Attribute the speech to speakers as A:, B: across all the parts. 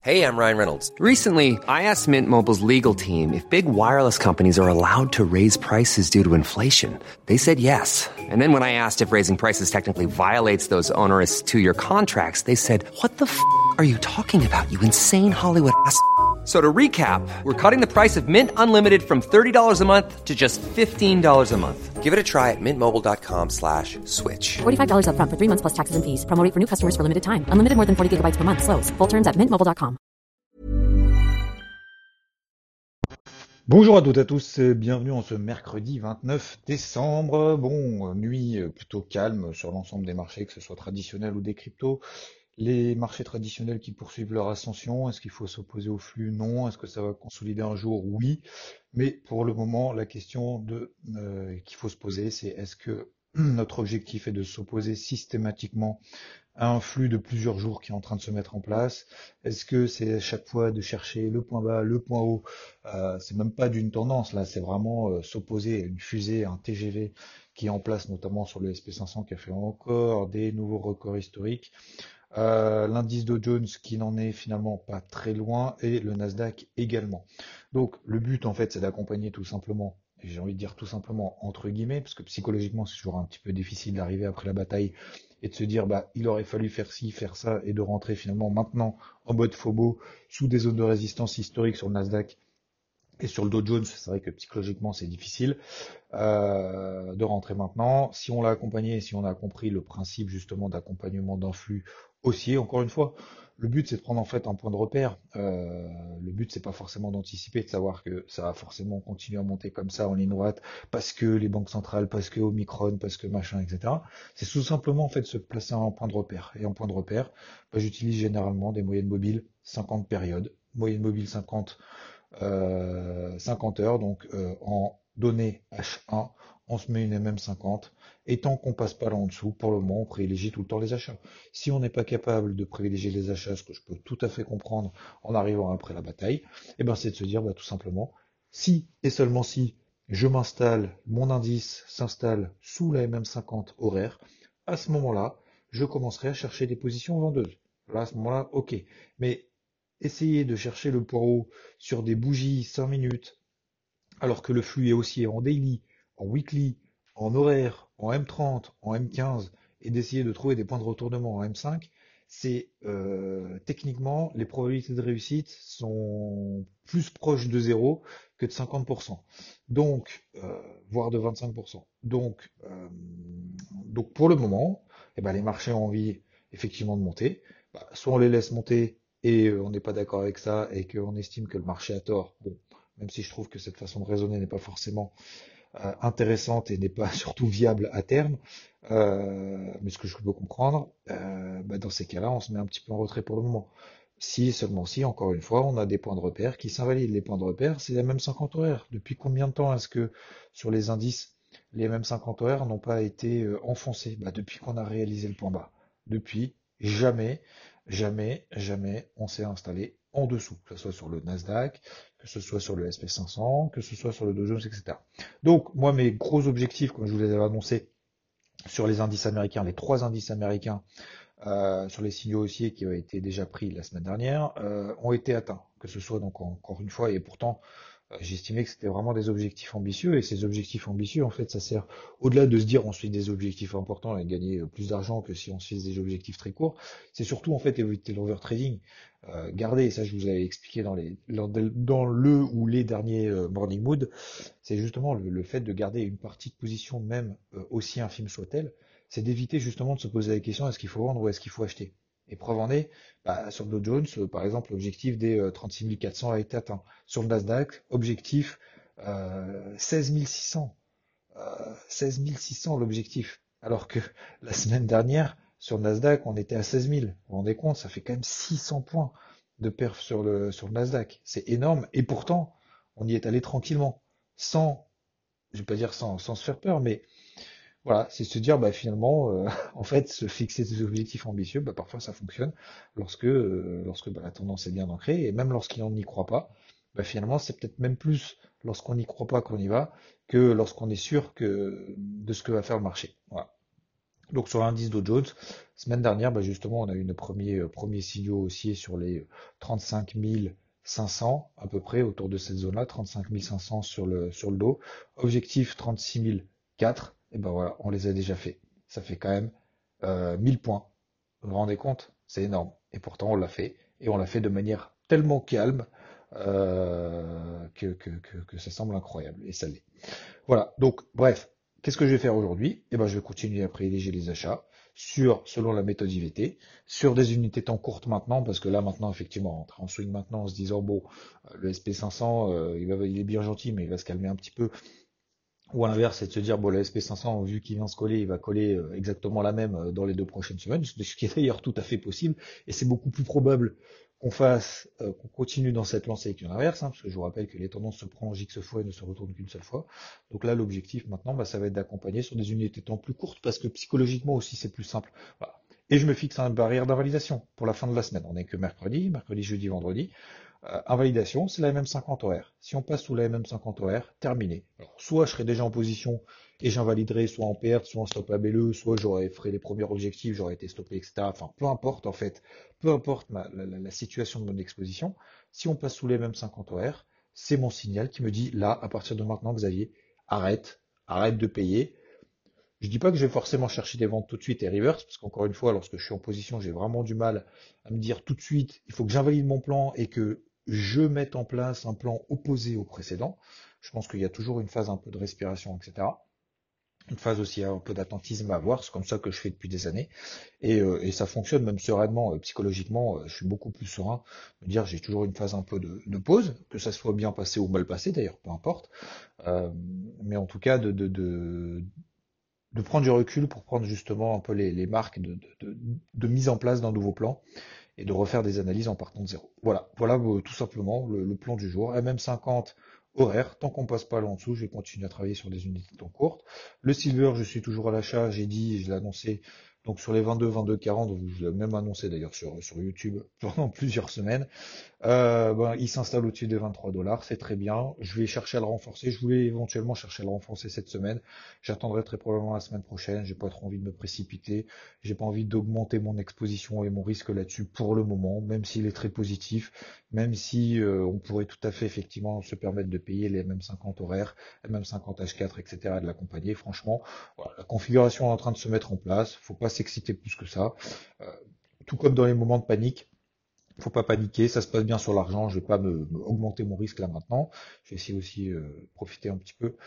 A: Hey, I'm Ryan Reynolds.
B: Recently, I asked Mint Mobile's legal team if big wireless companies are allowed to raise prices due to inflation. They said yes. And then when I asked if raising prices technically violates those onerous two-year contracts, they said, "What the f*** are you talking about, you insane Hollywood ass?" So to recap, we're cutting the price of Mint Unlimited from $30 a month to just $15 a month.
A: Give it a try at mintmobile.com/switch.
C: $45 up front for 3 months plus taxes and fees. Promo rate for new customers for limited time. Unlimited more than 40 gigabytes per month. Slows full terms at mintmobile.com.
D: Bonjour à toutes et à tous, et bienvenue en ce mercredi 29 décembre. Bon, nuit plutôt calme sur l'ensemble des marchés, que ce soit traditionnel ou des cryptos. Les marchés traditionnels qui poursuivent leur ascension, est-ce qu'il faut s'opposer au flux? Non. Est-ce que ça va consolider un jour? Oui. Mais pour le moment, la question qu'il faut se poser, c'est est-ce que notre objectif est de s'opposer systématiquement à un flux de plusieurs jours qui est en train de se mettre en place? Est-ce que c'est à chaque fois de chercher le point bas, le point haut? C'est même pas d'une tendance, là, c'est vraiment s'opposer à une fusée, à un TGV qui est en place, notamment sur le SP500 qui a fait encore des nouveaux records historiques. L'indice Dow Jones qui n'en est finalement pas très loin et le Nasdaq également. Donc le but en fait c'est d'accompagner tout simplement, et j'ai envie de dire tout simplement entre guillemets, parce que psychologiquement c'est toujours un petit peu difficile d'arriver après la bataille et de se dire bah il aurait fallu faire ci, faire ça et de rentrer finalement maintenant en mode FOMO sous des zones de résistance historiques sur le Nasdaq et sur le Dow Jones. C'est vrai que psychologiquement c'est difficile de rentrer maintenant. Si on l'a accompagné, si on a compris le principe justement d'accompagnement d'un flux haussier, encore une fois, le but c'est de prendre en fait un point de repère. Le but c'est pas forcément d'anticiper, de savoir que ça va forcément continuer à monter comme ça en ligne droite, parce que les banques centrales, parce que Omicron, parce que machin, etc. C'est tout simplement en fait se placer à un point de repère. Et en point de repère, bah, j'utilise généralement des moyennes mobiles 50 périodes, moyenne mobile 50 heures, donc en données H1, on se met une MM50, et tant qu'on passe pas là en dessous, pour le moment, on privilégie tout le temps les achats. Si on n'est pas capable de privilégier les achats, ce que je peux tout à fait comprendre en arrivant après la bataille, et ben c'est de se dire bah, tout simplement, si et seulement si je m'installe, mon indice s'installe sous la MM50 horaire, à ce moment-là, je commencerai à chercher des positions vendeuses. Là, à ce moment-là, ok. Mais essayer de chercher le poireau sur des bougies 5 minutes, alors que le flux est haussier en daily, en weekly, en horaire, en M30, en M15, et d'essayer de trouver des points de retournement en M5, c'est techniquement, les probabilités de réussite sont plus proches de 0 que de 50%. Donc, voire de 25%. Donc pour le moment, eh ben, les marchés ont envie effectivement de monter. Bah, soit on les laisse monter et on n'est pas d'accord avec ça et qu'on estime que le marché a tort. Bon, même si je trouve que cette façon de raisonner n'est pas forcément intéressante et n'est pas surtout viable à terme, mais ce que je peux comprendre, bah, dans ces cas-là, on se met un petit peu en retrait pour le moment. Si et seulement si, encore une fois, on a des points de repère qui s'invalident. Les points de repère, c'est les mêmes 50 horaires. Depuis combien de temps est-ce que sur les indices, les mêmes 50 horaires n'ont pas été enfoncés? Bah, depuis qu'on a réalisé le point bas. Depuis, jamais, jamais on s'est installé en dessous, que ce soit sur le Nasdaq, que ce soit sur le SP500, que ce soit sur le Dow Jones, etc. Donc, moi, mes gros objectifs, comme je vous les avais annoncés, sur les indices américains, les 3 indices américains, sur les signaux haussiers qui ont été déjà pris la semaine dernière, ont été atteints. Que ce soit donc encore une fois, et pourtant, j'estimais que c'était vraiment des objectifs ambitieux, et ces objectifs ambitieux, en fait, ça sert, au-delà de se dire on suit des objectifs importants et gagner plus d'argent que si on suit des objectifs très courts, c'est surtout en fait éviter l'overtrading. Garder, et ça je vous avais expliqué dans le ou les derniers Morning Mood, c'est justement le fait de garder une partie de position, même aussi infime soit-elle, c'est d'éviter justement de se poser la question est-ce qu'il faut vendre ou est-ce qu'il faut acheter. Et preuve en est, bah, sur le Dow Jones, par exemple, l'objectif des 36 400 a été atteint. Sur le Nasdaq, objectif 16 600. 16 600 l'objectif. Alors que la semaine dernière, sur le Nasdaq, on était à 16 000. Vous vous rendez compte, ça fait quand même 600 points de perf sur le Nasdaq. C'est énorme. Et pourtant, on y est allé tranquillement. Sans, je vais pas dire sans se faire peur, mais voilà, c'est se dire bah finalement en fait se fixer des objectifs ambitieux, bah parfois ça fonctionne lorsque bah, la tendance est bien ancrée et même lorsqu'on n'y croit pas, bah finalement c'est peut-être même plus lorsqu'on n'y croit pas qu'on y va que lorsqu'on est sûr que de ce que va faire le marché. Voilà. Donc sur l'indice Dow Jones, semaine dernière, justement, on a eu nos premiers signaux haussiers sur les 35 500 à peu près, autour de cette zone-là, 35 500 sur le Dow. Objectif 36 004, et ben voilà, on les a déjà fait. Ça fait quand même 1000 points. Vous vous rendez compte? C'est énorme. Et pourtant, on l'a fait. Et on l'a fait de manière tellement calme que ça semble incroyable. Et ça l'est. Voilà, donc bref, qu'est-ce que je vais faire aujourd'hui? Eh ben, je vais continuer à privilégier les achats selon la méthode IVT, sur des unités temps courtes maintenant, parce que là maintenant, effectivement, on entre en swing maintenant en se disant, bon, le SP500, il est bien gentil, mais il va se calmer un petit peu. Ou à l'inverse, c'est de se dire, bon, le SP500, vu qu'il vient se coller, il va coller exactement la même dans les 2 prochaines semaines, ce qui est d'ailleurs tout à fait possible, et c'est beaucoup plus probable qu'on continue dans cette lancée qu'une inverse, parce que je vous rappelle que les tendances se prolongent X fois et ne se retournent qu'une seule fois. Donc là, l'objectif maintenant, ça va être d'accompagner sur des unités temps plus courtes, parce que psychologiquement aussi, c'est plus simple. Voilà. Et je me fixe un barrière d'invalidation pour la fin de la semaine. On n'est que mercredi, jeudi, vendredi. Invalidation, c'est la MM50 horaire. Si on passe sous la MM50 horaire, terminé. Alors, soit je serai déjà en position et j'invaliderai soit en perte, soit en stop ABLE, soit j'aurais fait les premiers objectifs, j'aurais été stoppé, etc. Enfin, peu importe en fait, peu importe la situation de mon exposition. Si on passe sous les MM50 horaires, c'est mon signal qui me dit là, à partir de maintenant, Xavier, arrête de payer. Je dis pas que je vais forcément chercher des ventes tout de suite et reverse, parce qu'encore une fois, lorsque je suis en position, j'ai vraiment du mal à me dire tout de suite, il faut que j'invalide mon plan et que je mette en place un plan opposé au précédent. Je pense qu'il y a toujours une phase un peu de respiration, etc. Une phase aussi un peu d'attentisme à avoir, c'est comme ça que je fais depuis des années. Et ça fonctionne même sereinement, psychologiquement, je suis beaucoup plus serein. Me dire j'ai toujours une phase un peu de pause, que ça soit bien passé ou mal passé d'ailleurs, peu importe. Mais en tout cas de prendre du recul pour prendre justement un peu les marques de mise en place d'un nouveau plan et de refaire des analyses en partant de zéro. Voilà tout simplement le plan du jour. MM50 horaire, tant qu'on passe pas là en dessous, je vais continuer à travailler sur des unités de temps courtes. Le silver, je suis toujours à l'achat, j'ai dit, je l'ai annoncé, donc sur les 22-40, je l'ai même annoncé d'ailleurs sur YouTube pendant plusieurs semaines. Il s'installe au-dessus des 23 $, c'est très bien. Je vais chercher à le renforcer. Je voulais éventuellement chercher à le renforcer cette semaine. J'attendrai très probablement la semaine prochaine. J'ai pas trop envie de me précipiter. J'ai pas envie d'augmenter mon exposition et mon risque là-dessus pour le moment, même s'il est très positif, même si on pourrait tout à fait effectivement se permettre de payer les MM50 horaires, MM50 H4, etc. de l'accompagner. Franchement, voilà, la configuration est en train de se mettre en place. Faut pas s'exciter plus que ça. Euh, Tout comme dans les moments de panique. Faut pas paniquer, ça se passe bien sur l'argent, je vais pas me augmenter mon risque là maintenant. Je vais essayer aussi profiter un petit peu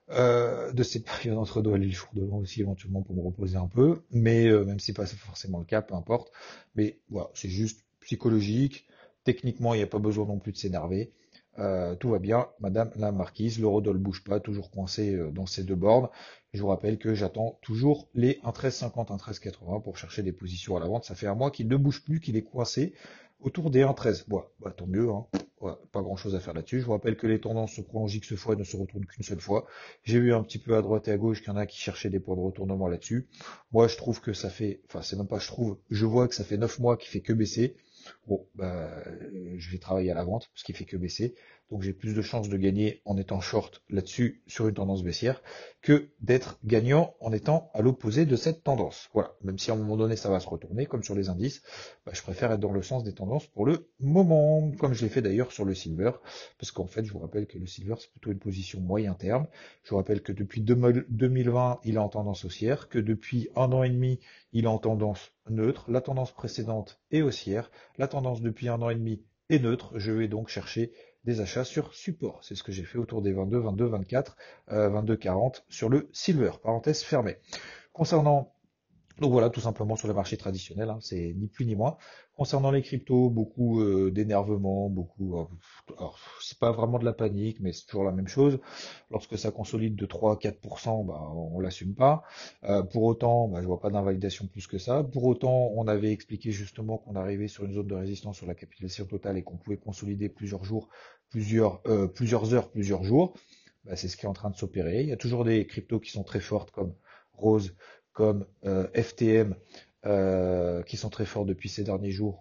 D: de cette période entre Noël et le jour de l'an aussi éventuellement pour me reposer un peu, mais même si c'est pas forcément le cas, peu importe. Mais voilà, c'est juste psychologique. Techniquement, il n'y a pas besoin non plus de s'énerver. Tout va bien, Madame la Marquise, l'eurodoll bouge pas, toujours coincé dans ces deux bornes. Je vous rappelle que j'attends toujours les 1,1350, 1,1380 pour chercher des positions à la vente. Ça fait un mois qu'il ne bouge plus, qu'il est coincé autour des 1,13. Bon, tant mieux, hein. Ouais, pas grand chose à faire là-dessus. Je vous rappelle que les tendances se prolongent X fois et ne se retournent qu'une seule fois. J'ai vu un petit peu à droite et à gauche qu'il y en a qui cherchaient des points de retournement là-dessus. Moi, je trouve que ça fait, enfin, c'est même pas je trouve, je vois que ça fait 9 mois qu'il fait que baisser. Bon, je vais travailler à la vente parce qu'il fait que baisser. Donc j'ai plus de chances de gagner en étant short là-dessus sur une tendance baissière que d'être gagnant en étant à l'opposé de cette tendance. Voilà. Même si à un moment donné ça va se retourner, comme sur les indices, je préfère être dans le sens des tendances pour le moment, comme je l'ai fait d'ailleurs sur le silver, parce qu'en fait je vous rappelle que le silver c'est plutôt une position moyen terme. Je vous rappelle que depuis 2020 il est en tendance haussière, que depuis 1 an et demi il est en tendance neutre, la tendance précédente est haussière, la tendance depuis 1 an et demi est neutre, je vais donc chercher des achats sur support. C'est ce que j'ai fait autour des 22, 22, 24, 22, 40 sur le silver, parenthèse fermée. Concernant, donc voilà, tout simplement sur le marché traditionnel, hein, c'est ni plus ni moins. Concernant les cryptos, beaucoup d'énervement, alors c'est pas vraiment de la panique, mais c'est toujours la même chose. Lorsque ça consolide de 3 à 4%, on l'assume pas. Pour autant, je vois pas d'invalidation plus que ça. Pour autant, on avait expliqué justement qu'on arrivait sur une zone de résistance sur la capitalisation totale et qu'on pouvait consolider plusieurs jours, plusieurs heures, plusieurs jours. C'est ce qui est en train de s'opérer. Il y a toujours des cryptos qui sont très fortes comme Rose, comme FTM, qui sont très forts depuis ces derniers jours.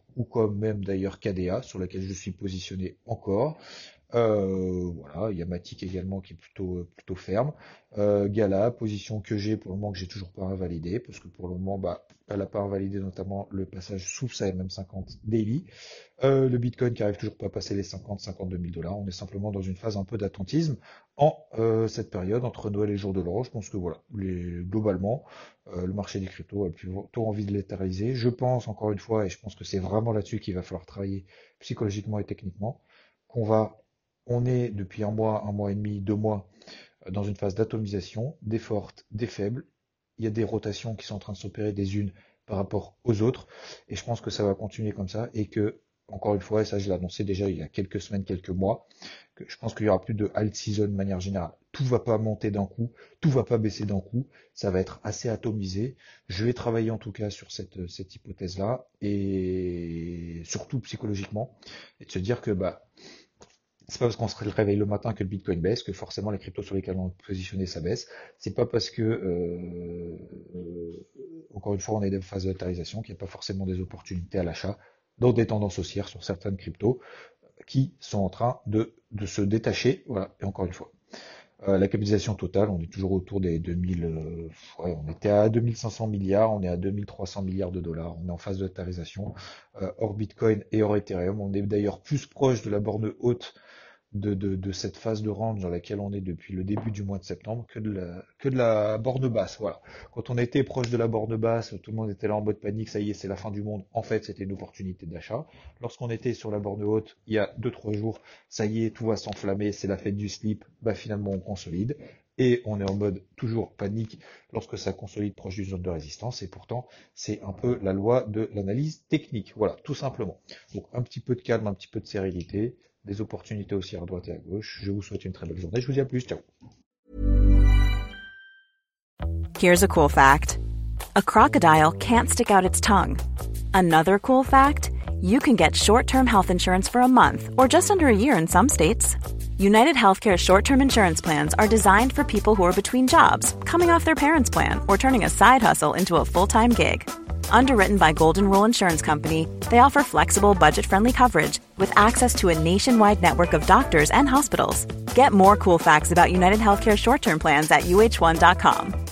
D: ou comme même d'ailleurs KDA, sur laquelle je suis positionné encore. Voilà, il y a Matic également qui est plutôt ferme. Gala, position que j'ai pour le moment que j'ai toujours pas invalidé, parce que pour le moment, elle a pas invalidé notamment le passage sous sa MM50 daily. Le Bitcoin qui arrive toujours pas à passer les 52 000 $. On est simplement dans une phase un peu d'attentisme en cette période entre Noël et jour de l'an. Je pense que voilà, globalement, le marché des cryptos a plutôt envie de l'étariser. Je pense encore une fois, et je pense que c'est vraiment là-dessus qu'il va falloir travailler psychologiquement et techniquement, on est depuis un mois et demi, 2 mois, dans une phase d'atomisation, des fortes, des faibles. Il y a des rotations qui sont en train de s'opérer des unes par rapport aux autres, et je pense que ça va continuer comme ça, et que, encore une fois, et ça je l'ai annoncé déjà il y a quelques semaines, quelques mois, que je pense qu'il y aura plus de alt season de manière générale. Tout va pas monter d'un coup, tout va pas baisser d'un coup, ça va être assez atomisé. Je vais travailler en tout cas sur cette hypothèse-là, et surtout psychologiquement, et de se dire que c'est pas parce qu'on se réveille le matin que le Bitcoin baisse, que forcément les cryptos sur lesquels on est positionné ça baisse. C'est pas parce que, encore une fois, on est dans une phase de latérisation qu'il n'y a pas forcément des opportunités à l'achat dans des tendances haussières sur certaines cryptos qui sont en train de se détacher. Voilà, et encore une fois. La capitalisation totale, on est toujours autour des 2000, on était à 2500 milliards, on est à 2300 milliards de dollars, on est en phase de latérisation, hors Bitcoin et hors Ethereum. On est d'ailleurs plus proche de la borne haute de cette phase de range dans laquelle on est depuis le début du mois de septembre que de la borne basse. Voilà. Quand on était proche de la borne basse, tout le monde était là en mode panique, ça y est, c'est la fin du monde. En fait, c'était une opportunité d'achat. Lorsqu'on était sur la borne haute, il y a 2-3 jours, ça y est, tout va s'enflammer, c'est la fête du slip, finalement on consolide. Et on est en mode toujours panique lorsque ça consolide proche d'une zone de résistance. Et pourtant, c'est un peu la loi de l'analyse technique. Voilà, tout simplement. Donc un petit peu de calme, un petit peu de sérénité, des opportunités aussi à droite et à gauche. Je vous souhaite une très belle journée. Je vous dis à plus. Ciao.
E: Here's a cool fact. A crocodile can't stick out its tongue. Another cool fact, you can get short-term health insurance for a month or just under a year in some states. United Healthcare short-term insurance plans are designed for people who are between jobs, coming off their parents' plan, or turning a side hustle into a full-time gig. Underwritten by Golden Rule Insurance Company, they offer flexible, budget-friendly coverage with access to a nationwide network of doctors and hospitals. Get more cool facts about United Healthcare short-term plans at uh1.com.